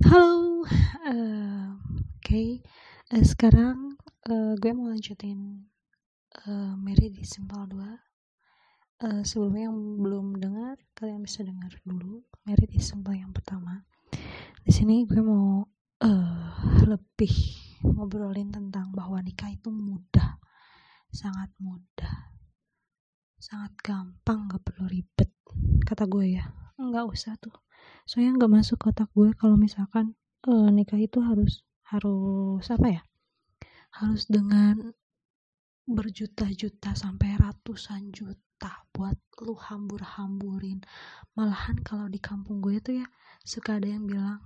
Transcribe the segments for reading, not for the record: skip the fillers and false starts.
Halo, oke. Sekarang gue mau lanjutin Married di Simpel 2. Sebelumnya yang belum dengar, kalian bisa dengar dulu Married di Simpel yang pertama. Di sini gue mau lebih ngobrolin tentang bahwa nikah itu mudah, sangat mudah, sangat gampang, gak perlu ribet. Kata gue ya, nggak usah tuh. Soalnya nggak masuk otak gue kalau misalkan nikah itu harus apa ya? Harus dengan berjuta-juta sampai ratusan juta buat lu hambur-hamburin. Malahan kalau di kampung gue tuh ya suka ada yang bilang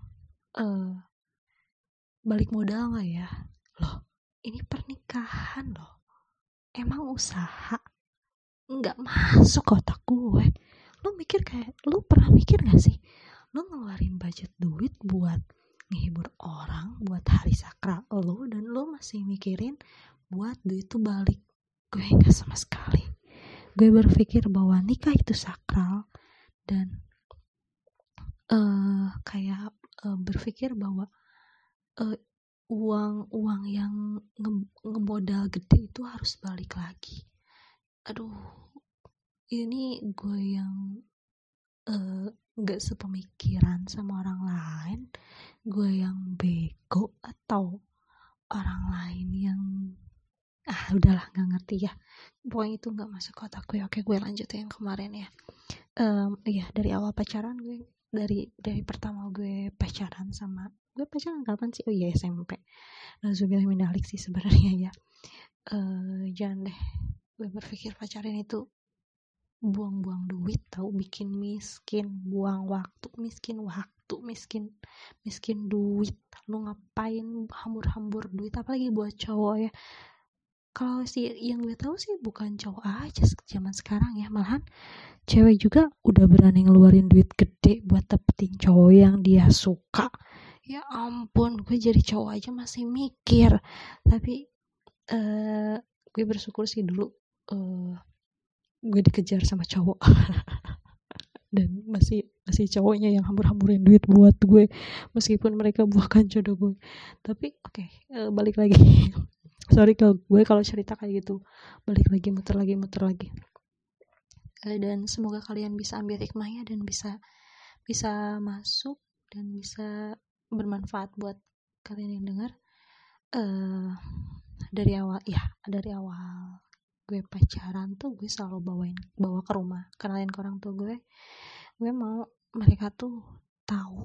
balik modal nggak ya? Loh, ini pernikahan loh, emang usaha? Nggak masuk otak gue. Lu pernah mikir gak sih, lu ngeluarin budget duit buat ngehibur orang, buat hari sakral lu, dan lu masih mikirin buat duit itu balik? Gue gak sama sekali. Gue berpikir bahwa nikah itu sakral, dan berpikir bahwa uang yang ngemodal gede itu harus balik lagi. Aduh, ini gue yang gak sepemikiran sama orang lain, gue yang bego, atau orang lain yang udahlah, gak ngerti ya. Pokoknya itu gak masuk otak gue. Oke, gue lanjut yang kemarin ya. Dari awal pacaran gue, dari pertama gue pacaran kapan sih? Oh iya, SMP. Nazubillah minalik sih sebenarnya ya. Jangan deh, gue berpikir pacaran itu buang-buang duit, tahu, bikin miskin, buang waktu, miskin duit. Lu ngapain hambur-hambur duit, apalagi buat cowok ya. Kalau sih yang gue tahu sih bukan cowok aja zaman sekarang ya, malahan cewek juga udah berani ngeluarin duit gede buat dapetin cowok yang dia suka. Ya ampun, gue jadi cowok aja masih mikir. Tapi gue bersyukur sih dulu gue dikejar sama cowok dan masih cowoknya yang hambur-hamburin duit buat gue, meskipun mereka bukan jodoh gue. Tapi oke, balik lagi. Sorry kalau cerita kayak gitu, balik lagi, muter lagi. Dan semoga kalian bisa ambil hikmahnya dan bisa masuk dan bisa bermanfaat buat kalian yang dengar. Dari awal gue pacaran tuh gue selalu bawa ke rumah, kenalin ke orang tua gue mau mereka tuh tahu,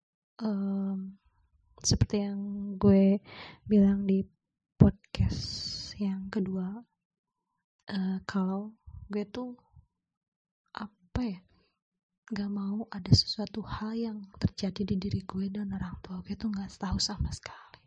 seperti yang gue bilang di podcast yang kedua, kalau gue tuh gak mau ada sesuatu hal yang terjadi di diri gue dan orang tua gue tuh gak tahu sama sekali.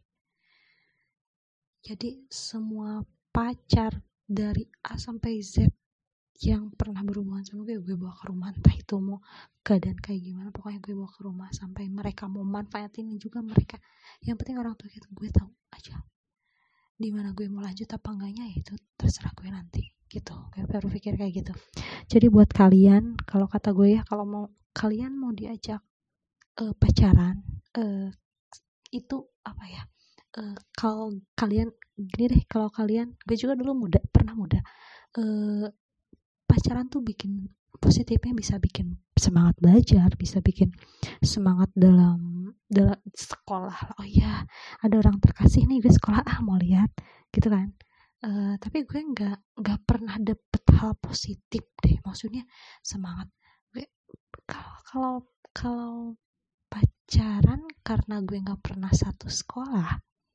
Jadi semua pacar dari A sampai Z yang pernah berhubungan sama gue bawa ke rumah, entah itu mau keadaan kayak gimana, pokoknya gue bawa ke rumah sampai mereka mau manfaatin juga mereka. Yang penting orang tua gue tahu aja. Dimana gue mau lanjut apa enggaknya itu terserah gue nanti gitu. Gue baru pikir kayak gitu. Jadi buat kalian, kalau kata gue ya, kalau kalian mau diajak pacaran, itu apa ya? Kalau kalian gini deh, kalau kalian, gue juga dulu pernah muda, pacaran tuh bikin positifnya bisa bikin semangat belajar, bisa bikin semangat dalam sekolah. Oh iya, ada orang terkasih nih, gue sekolah mau lihat gitu kan. Tapi gue nggak pernah dapet hal positif deh, maksudnya semangat. Gue kalau pacaran, karena gue nggak pernah satu sekolah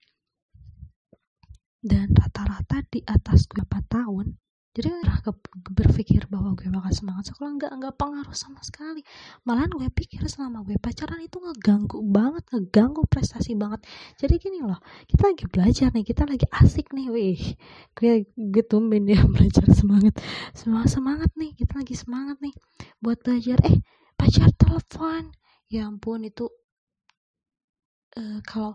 dan rata-rata di atas gue 4 tahun, jadi berpikir bahwa gue bakal semangat sekolah. Nggak pengaruh sama sekali. Malahan gue pikir selama gue pacaran itu ngeganggu prestasi banget. Jadi gini loh, kita lagi belajar nih, kita lagi asik nih, gue tumben ya belajar semangat nih, kita lagi semangat nih buat belajar, pacar telepon. Ya ampun, itu kalau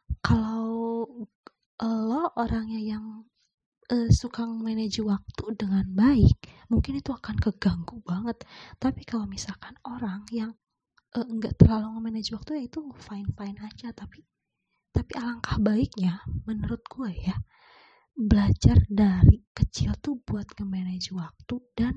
lo orangnya yang suka manage waktu dengan baik, mungkin itu akan keganggu banget. Tapi kalau misalkan orang yang nggak terlalu nge-manage waktu ya itu fine aja, tapi alangkah baiknya menurut gue ya belajar dari kecil tuh buat nge-manage waktu, dan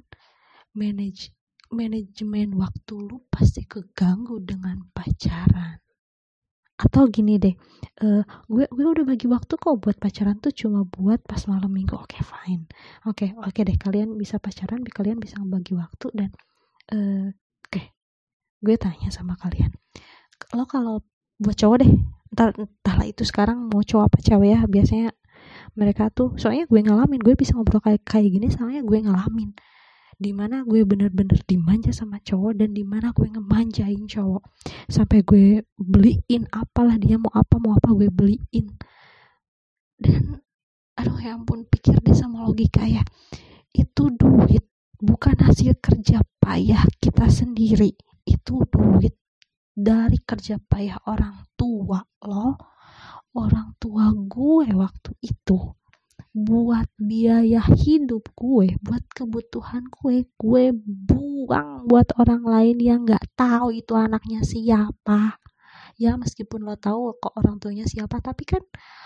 manajemen waktu lu pasti keganggu dengan pacaran. Atau gini deh, gue udah bagi waktu kok buat pacaran tuh cuma buat pas malam minggu. Oke, fine. Oke deh, kalian bisa pacaran, kalian bisa ngebagi waktu. Dan oke, gue tanya sama kalian, lo kalau buat cowok deh, entahlah itu sekarang mau cowok apa cewek ya, biasanya mereka tuh, soalnya gue ngalamin, gue bisa ngobrol kayak gini soalnya gue ngalamin, dimana gue bener-bener dimanja sama cowok, dan dimana gue ngemanjain cowok sampai gue beliin apalah dia mau apa gue beliin. Dan aduh ya ampun, pikir deh sama logika ya, itu duit bukan hasil kerja payah kita sendiri, itu duit dari kerja payah orang tua lo, orang tua gue waktu itu, buat biaya hidup gue, buat kebutuhan gue buang buat orang lain yang nggak tahu itu anaknya siapa. Ya meskipun lo tahu kok orang tuanya siapa, tapi kan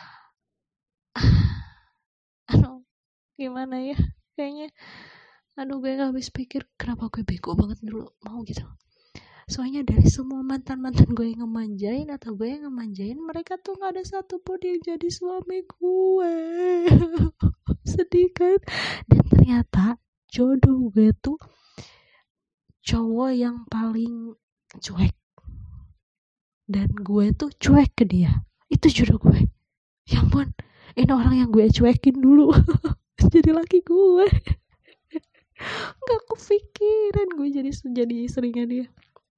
aduh gimana ya, kayaknya aduh gue nggak habis pikir kenapa gue bego banget dulu mau gitu. Soalnya dari semua mantan-mantan gue yang ngemanjain atau gue yang ngemanjain, mereka tuh gak ada satupun yang jadi suami gue. Sedih kan? Dan ternyata jodoh gue tuh cowok yang paling cuek, dan gue tuh cuek ke dia. Itu jodoh gue. Ya ampun, ini orang yang gue cuekin dulu jadi laki gue. Gak kepikiran gue jadi istrinya dia.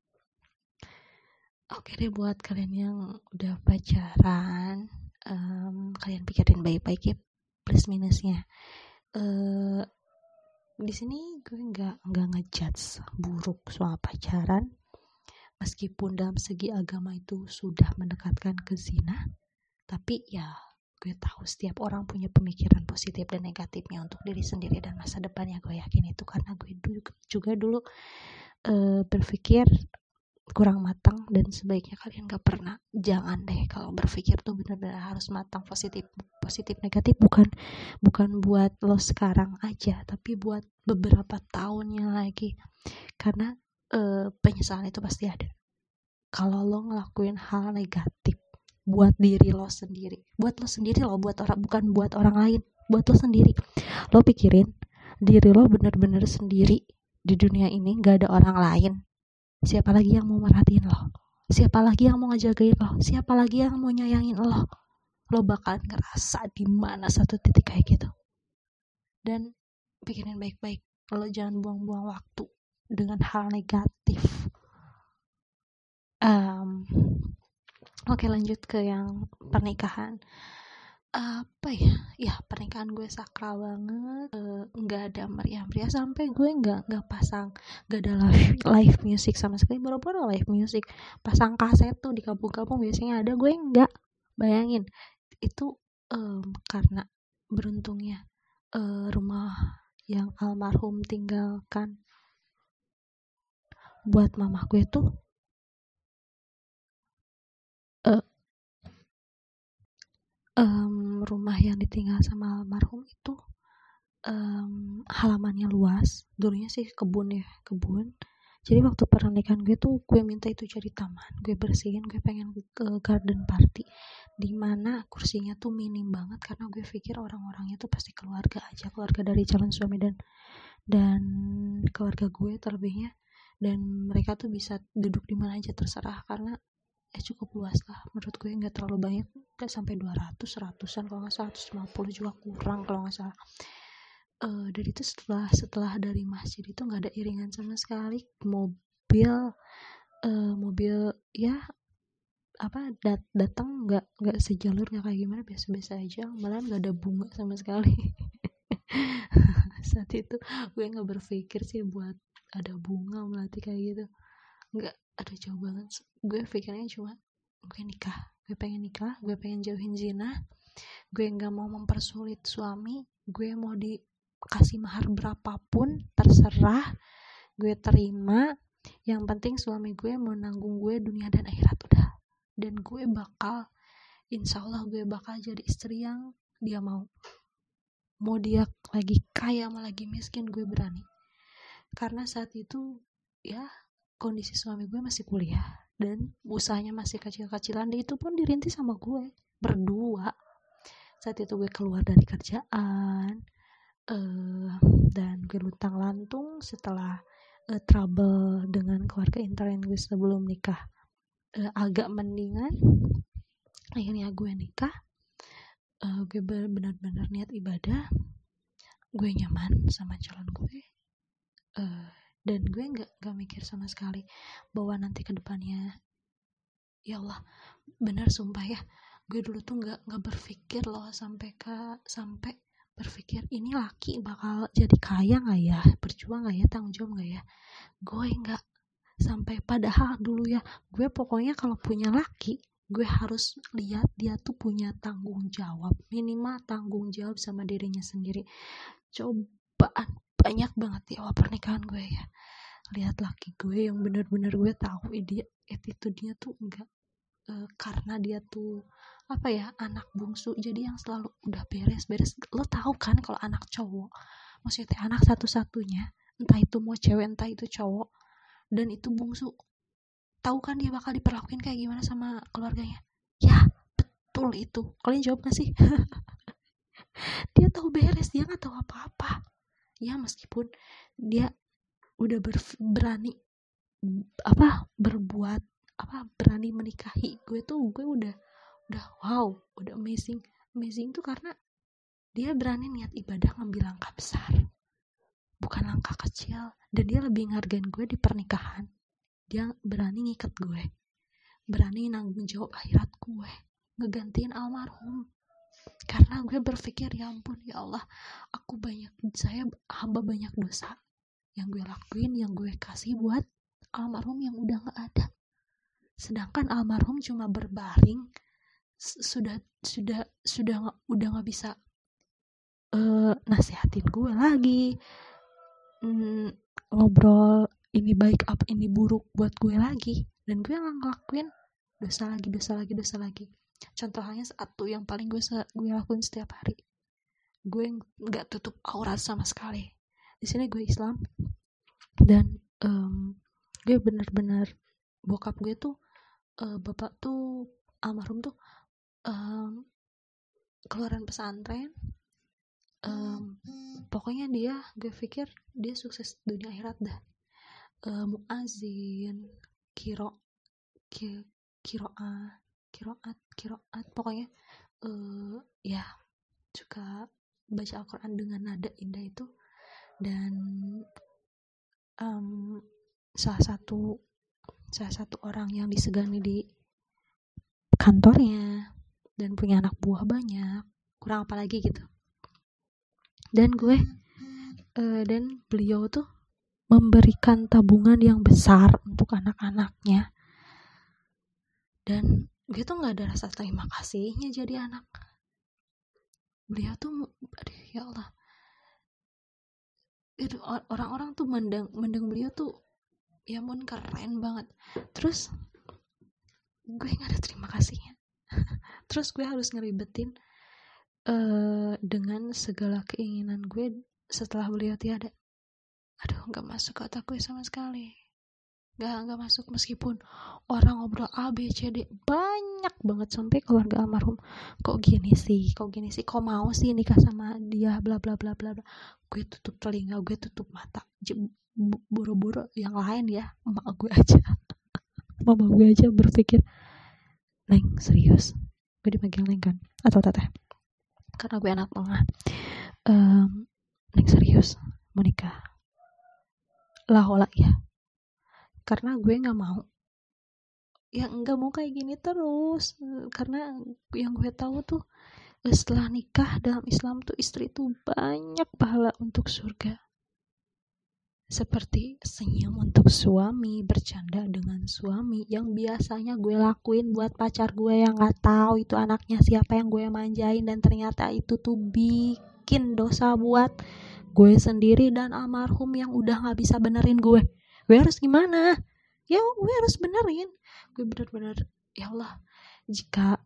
Oke deh, buat kalian yang udah pacaran, kalian pikirin baik-baik ya plus minusnya. Di sini gue nggak ngejudge buruk soal pacaran, meskipun dalam segi agama itu sudah mendekatkan ke zina, tapi ya gue tahu setiap orang punya pemikiran positif dan negatifnya untuk diri sendiri dan masa depannya. Gue yakin itu karena gue juga dulu berpikir kurang matang, dan sebaiknya kalian jangan deh kalau berpikir tuh benar-benar harus matang, positif negatif, bukan buat lo sekarang aja, tapi buat beberapa tahunnya lagi, karena penyesalan itu pasti ada kalau lo ngelakuin hal negatif buat diri lo sendiri, buat orang, bukan buat orang lain, buat lo sendiri. Lo pikirin diri lo benar-benar sendiri di dunia ini, gak ada orang lain. Siapa lagi yang mau merhatiin lo? Siapa lagi yang mau ngejagain lo? Siapa lagi yang mau nyayangin lo? Lo bakalan ngerasa di mana satu titik kayak gitu. Dan pikirin baik-baik, lo jangan buang-buang waktu dengan hal negatif. Oke, lanjut ke yang pernikahan. Apa ya pernikahan gue sakral banget, nggak ada meriah-meriah, sampai gue nggak pasang, nggak ada live music sama sekali. Boro-boro live music, pasang kaset tuh di kampung-kampung biasanya ada, gue nggak. Bayangin itu, karena beruntungnya rumah yang almarhum tinggalkan buat mama gue tuh rumah yang ditinggal sama almarhum itu halamannya luas, dulunya sih kebun. Jadi waktu pernikahan gue tuh gue minta itu jadi taman, gue bersihin, gue pengen ke garden party, dimana kursinya tuh minim banget karena gue pikir orang-orangnya tuh pasti keluarga dari calon suami dan keluarga gue terlebihnya, dan mereka tuh bisa duduk di mana aja terserah, karena cukup luas lah menurut gue, nggak terlalu banyak, nggak sampai 200-100an kalau nggak salah, 150 juga kurang kalau nggak salah. Dan itu setelah dari masjid itu nggak ada iringan sama sekali, mobil ya datang nggak sejalur, nggak kayak gimana, biasa-biasa aja, malah nggak ada bunga sama sekali. Saat itu gue nggak berpikir sih buat ada bunga melati kayak gitu, nggak ada, jauh banget. Gue pikirnya cuma gue pengen nikah, gue pengen jauhin zina, gue nggak mau mempersulit suami, gue mau dikasih mahar berapapun terserah, gue terima, Yang penting suami gue mau nanggung gue dunia dan akhirat udah. Dan gue bakal, insya Allah gue bakal jadi istri yang dia mau dia lagi kaya mau lagi miskin, gue berani. Karena saat itu ya kondisi suami gue masih kuliah dan usahanya masih kecil-kecilan, dan itu pun dirintis sama gue berdua. Saat itu gue keluar dari kerjaan, dan gue luntang-lantung setelah trouble dengan keluarga intern gue sebelum nikah. Agak mendingan, akhirnya gue nikah. Gue benar-benar niat ibadah, gue nyaman sama calon gue, dan gue nggak mikir sama sekali bahwa nanti kedepannya, ya Allah, benar sumpah ya, gue dulu tuh nggak berpikir loh sampai berpikir ini laki bakal jadi kaya nggak ya, berjuang nggak ya, tanggung jawab nggak ya. Gue nggak sampai, padahal dulu ya gue pokoknya kalau punya laki, gue harus lihat dia tuh punya tanggung jawab, minimal tanggung jawab sama dirinya sendiri. Cobaan banyak banget di awal pernikahan gue ya, lihat laki gue yang benar-benar gue tahu dia attitude-nya tuh enggak, karena dia tuh apa ya, anak bungsu, jadi yang selalu udah beres-beres. Lo tahu kan kalau anak cowok, maksudnya anak satu-satunya, entah itu mau cewek entah itu cowok, dan itu bungsu, tahu kan dia bakal diperlakuin kayak gimana sama keluarganya? Ya betul itu, kalian jawab gak sih? Dia tahu beres, dia nggak tahu apa-apa ya, meskipun dia udah berani berbuat berani menikahi gue tuh, gue udah wow, udah amazing tuh, karena dia berani niat ibadah, ngambil langkah besar bukan langkah kecil, dan dia lebih ngargain gue di pernikahan. Dia berani ngikat gue, berani nanggung jawab akhirat gue, ngegantiin almarhum. Karena gue berpikir, ya ampun ya Allah, saya hamba banyak dosa yang gue lakuin, yang gue kasih buat almarhum yang udah gak ada. Sedangkan almarhum cuma berbaring, udah gak bisa nasihatin gue lagi, ngobrol ini baik apa ini buruk buat gue lagi, dan gue ngelakuin dosa lagi. Contohnya satu yang paling gue lakuin setiap hari, gue nggak tutup aurat sama sekali. Di sini gue Islam, dan gue benar-benar, bokap gue tuh bapak tuh almarhum tuh keluaran pesantren, pokoknya gue pikir dia sukses dunia akhirat dah, muazin, kiroat, pokoknya ya juga baca Al-Quran dengan nada indah itu. Dan salah satu orang yang disegani di kantornya, dan punya anak buah banyak, kurang apa lagi gitu. Dan beliau tuh memberikan tabungan yang besar untuk anak-anaknya, dan gue tuh nggak ada rasa terima kasihnya jadi anak. Beliau tuh, aduh ya Allah, itu orang-orang tuh mendeng beliau tuh, ya ampun keren banget. Terus gue nggak ada terima kasihnya. Terus gue harus ngeribetin dengan segala keinginan gue setelah beliau tiada. Aduh, nggak masuk ke otak gue sama sekali. Nggak masuk, meskipun orang ngobrol A B C D banyak banget sampai keluarga almarhum, kok gini sih, kok mau sih nikah sama dia, bla bla bla bla. Gue tutup telinga, gue tutup mata, buru-buru. Yang lain ya, mama gue aja berpikir, Leng, serius? Gue dipanggil Leng kan, atau teteh, karena gue anak tengah. Leng, serius mau nikah? Lah ya, karena gue nggak mau kayak gini terus. Karena yang gue tahu tuh, setelah nikah dalam Islam tuh, istri tuh banyak pahala untuk surga, seperti senyum untuk suami, bercanda dengan suami, yang biasanya gue lakuin buat pacar gue yang nggak tahu itu anaknya siapa yang gue manjain, dan ternyata itu tuh bikin dosa buat gue sendiri dan almarhum yang udah nggak bisa benerin gue. gue harus gimana? Ya gue harus benerin. Gue bener-bener, ya Allah, jika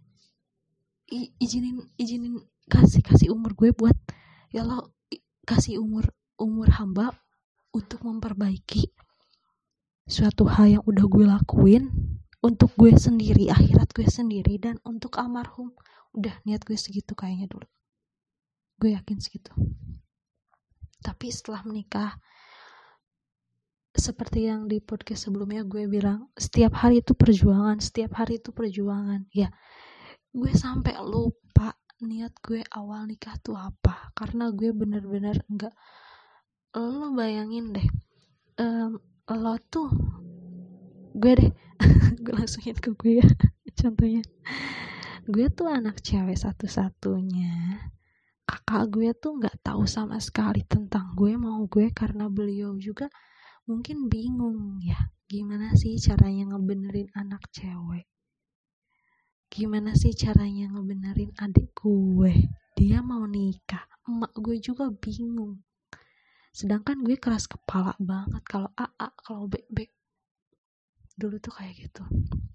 izinin kasih umur gue buat, ya Allah, kasih umur hamba untuk memperbaiki suatu hal yang udah gue lakuin untuk gue sendiri, akhirat gue sendiri, dan untuk almarhum. Udah niat gue segitu kayaknya dulu, gue yakin segitu. Tapi setelah menikah, seperti yang di podcast sebelumnya gue bilang, setiap hari itu perjuangan. Ya, gue sampai lupa niat gue awal nikah tuh apa, karena gue bener-bener enggak. Lo bayangin deh, lo tuh, gue deh gue langsungin ke gue ya. Contohnya, gue tuh anak cewek satu-satunya. Kakak gue tuh nggak tahu sama sekali tentang gue mau gue, karena beliau juga mungkin bingung ya, gimana sih caranya ngebenerin anak cewek, gimana sih caranya ngebenerin adik gue, dia mau nikah. Emak gue juga bingung, sedangkan gue keras kepala banget kalau AA, kalau BB dulu tuh kayak gitu.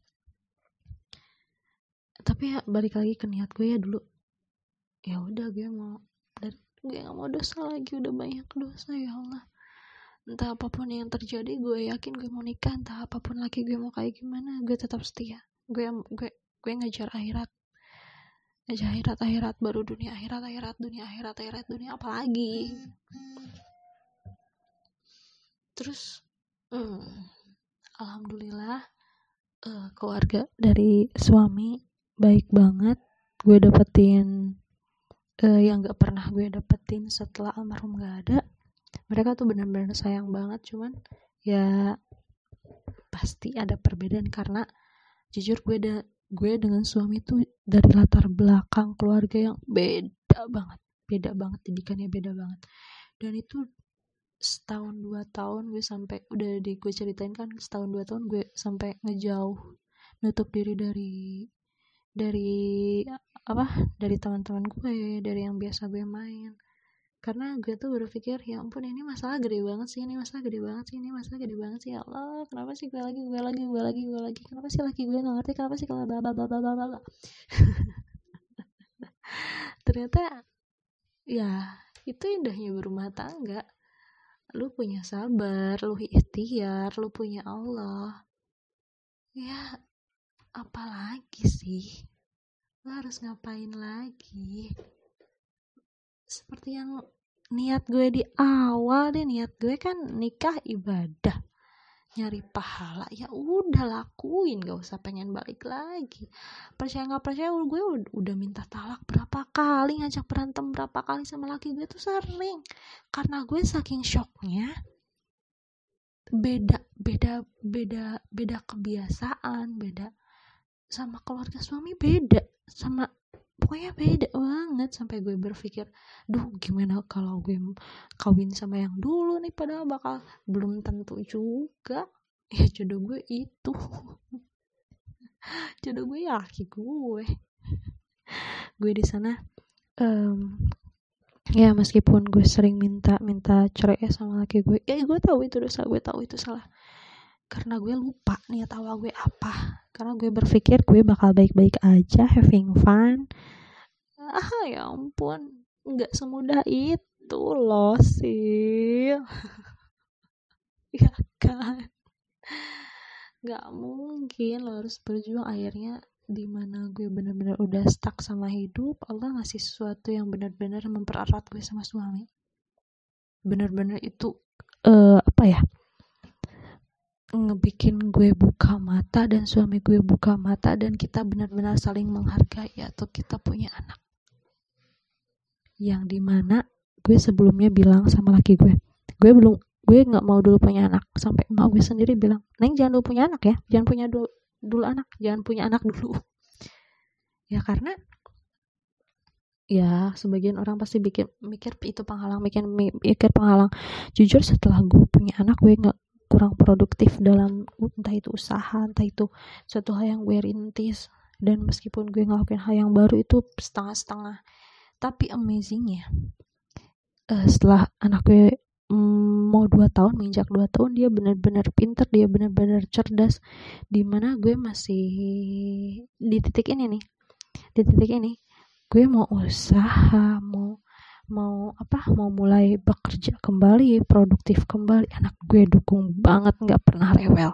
Tapi ya balik lagi ke niat gue ya dulu, ya udah gue nggak mau dosa lagi, udah banyak dosa ya Allah. Entah apapun yang terjadi, gue yakin gue mau nikah, entah apapun lagi gue mau kayak gimana, gue tetap setia. Gue ngejar akhirat baru dunia, akhirat dunia apalagi. Terus alhamdulillah, keluarga dari suami baik banget. Gue dapetin yang gak pernah gue dapetin setelah almarhum gak ada. Mereka tuh benar-benar sayang banget, cuman ya pasti ada perbedaan, karena jujur gue dengan suami tuh dari latar belakang keluarga yang beda banget, didikannya beda banget. Dan itu setahun 2 tahun gue sampai, udah gue ceritain kan, setahun 2 tahun gue sampai ngejauh, nutup diri dari teman-teman gue, dari yang biasa gue main, karena gue tuh berpikir, ya ampun, ini masalah gede banget sih, ya Allah, kenapa sih gue lagi, kenapa sih laki gue nggak ngerti, kenapa sih kalau bla bla bla bla bla. Ternyata ya itu indahnya berumah tangga, lu punya sabar, lu ikhtiar, lu punya Allah, ya apalagi sih, lu harus ngapain lagi. Seperti yang niat gue di awal deh, niat gue kan nikah ibadah, nyari pahala, ya udah lakuin, gak usah pengen balik lagi. Percaya nggak percaya, gue udah minta talak berapa kali, ngajak berantem berapa kali sama laki gue tuh sering, karena gue saking shocknya, beda kebiasaan, beda sama keluarga suami, beda sama, pokoknya beda banget, sampai gue berpikir, duh gimana kalau gue kawin sama yang dulu nih, padahal bakal belum tentu juga. Ya jodoh gue itu jodoh gue ya laki gue di sana. Ya meskipun gue sering minta cerai sama laki gue, ya gue tahu itu dosa, gue tahu itu salah, karena gue lupa niat awal gue apa, karena gue berpikir gue bakal baik-baik aja, having fun. Ya ampun, nggak semudah itu loh sih. Ya kan, nggak mungkin, lo harus berjuang. Akhirnya dimana gue benar-benar udah stuck sama hidup, Allah ngasih sesuatu yang benar-benar mempererat gue sama suami. Benar-benar itu ngebikin gue buka mata dan suami gue buka mata, dan kita benar-benar saling menghargai atau kita punya anak. Yang dimana gue sebelumnya bilang sama laki gue nggak mau dulu punya anak, sampai emak gue sendiri bilang, Neng jangan dulu punya anak ya, jangan punya anak dulu. Ya karena ya sebagian orang pasti mikir itu penghalang, mikir penghalang. Jujur setelah gue punya anak, gue nggak kurang produktif dalam entah itu usaha, entah itu suatu hal yang gue rintis, dan meskipun gue ngelakuin hal yang baru itu setengah-setengah. Tapi amazingnya, setelah anak gue mau 2 tahun, menginjak 2 tahun dia benar-benar pinter, dia benar-benar cerdas, dimana gue masih di titik ini nih, di titik ini gue mau usaha, mau mulai bekerja kembali, produktif kembali, anak gue dukung banget, nggak pernah rewel.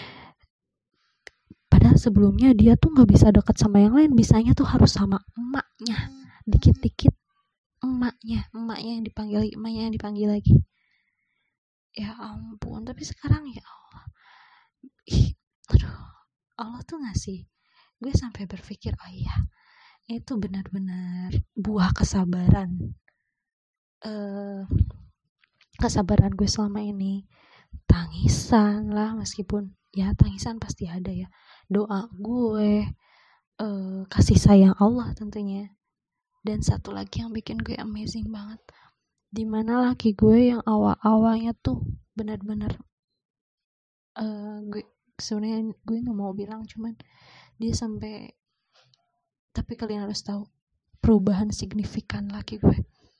Padahal sebelumnya dia tuh nggak bisa dekat sama yang lain, bisanya tuh harus sama emaknya, dikit-dikit emaknya yang dipanggil, emaknya yang dipanggil lagi. Ya ampun, tapi sekarang ya Allah, aduh, Allah tuh ngasih, gue sampai berpikir, oh iya, itu benar-benar buah kesabaran, kesabaran gue selama ini. Tangisan lah, meskipun ya tangisan pasti ada ya, doa gue, kasih sayang Allah tentunya. Dan satu lagi yang bikin gue amazing banget, dimana laki gue yang awal-awalnya tuh benar-benar gue sebenarnya gue nggak mau bilang, cuman dia sampai, tapi kalian harus tahu perubahan signifikan laki gue.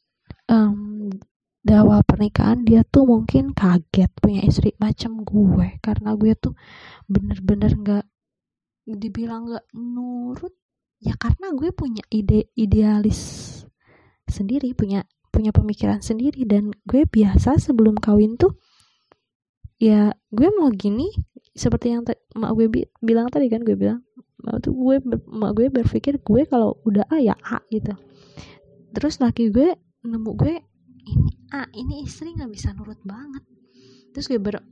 Di awal pernikahan dia tuh mungkin kaget punya istri macam gue, karena gue tuh bener-bener nggak, dibilang nggak nurut ya, karena gue punya idealis sendiri, punya pemikiran sendiri, dan gue biasa sebelum kawin tuh ya gue mau gini, seperti yang mak gue bilang tadi kan, gue bilang mak gue berpikir gue kalau udah A ya A gitu. Terus laki gue nemu gue ini A, ini istri nggak bisa nurut banget. Terus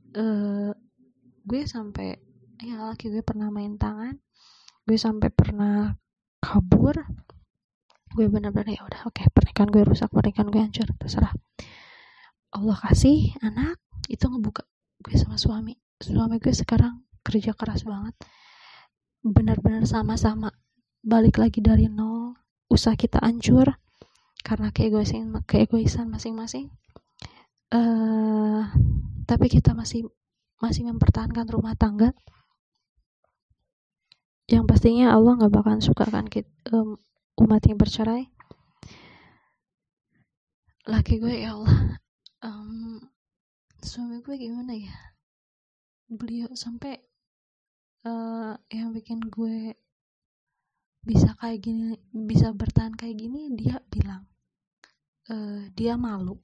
gue sampai ya, laki gue pernah main tangan, gue sampai pernah kabur, gue benar-benar ya udah, oke, pernikahan gue rusak, pernikahan gue hancur, terserah. Allah kasih anak itu ngebuka gue sama suami gue sekarang kerja keras banget, benar-benar sama-sama balik lagi dari nol, usaha kita hancur karena keegoisan masing-masing, tapi kita masih mempertahankan rumah tangga yang pastinya Allah nggak bakalan suka kan umat yang bercerai. Laki gue ya Allah, suami gue gimana ya, beliau sampai yang bikin gue bisa kayak gini, bisa bertahan kayak gini, dia bilang dia malu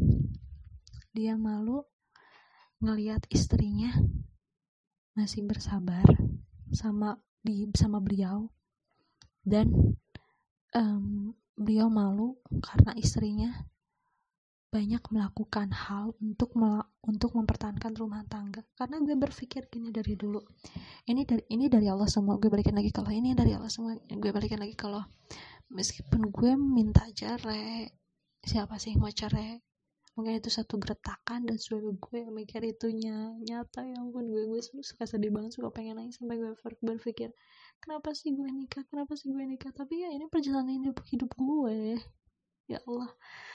ngelihat istrinya masih bersabar sama beliau, dan beliau malu karena istrinya banyak melakukan hal untuk mempertahankan rumah tangga. Karena gue berpikir gini dari dulu, ini dari Allah semua, gue balikin lagi kalau ini dari Allah semua, gue balikin lagi kalau meskipun gue minta cerai, siapa sih yang mau cerai, mungkin itu satu gertakan, dan suami gue mikir itunya nyata, ya ampun, gue suka sedih banget, suka pengen nangis, sampai gue berpikir kenapa sih gue nikah, tapi ya ini perjalanan hidup gue, ya Allah.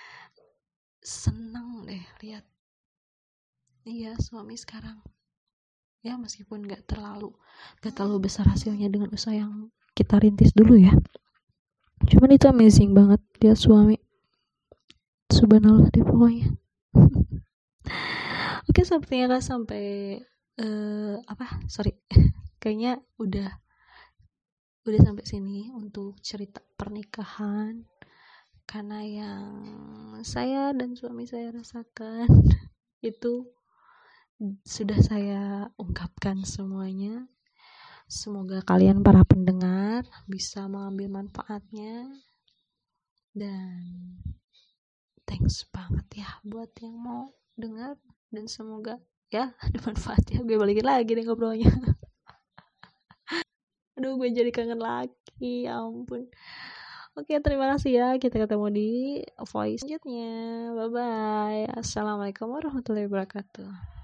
Senang deh lihat iya suami sekarang ya, meskipun gak terlalu besar hasilnya dengan usaha yang kita rintis dulu ya, cuman itu amazing banget lihat suami, subhanallah deh pokoknya. Oke, sepertinya kan sampai kayaknya udah sampai sini untuk cerita pernikahan, karena yang saya dan suami saya rasakan itu sudah saya ungkapkan semuanya. Semoga kalian para pendengar bisa mengambil manfaatnya, dan thanks banget ya buat yang mau dengar, dan semoga ya ada manfaatnya. Gue balikin lagi deh ngobrolnya. Aduh, gue jadi kangen lagi, ya ampun. Oke, terima kasih ya, kita ketemu di voice selanjutnya. Bye bye. Assalamualaikum warahmatullahi wabarakatuh.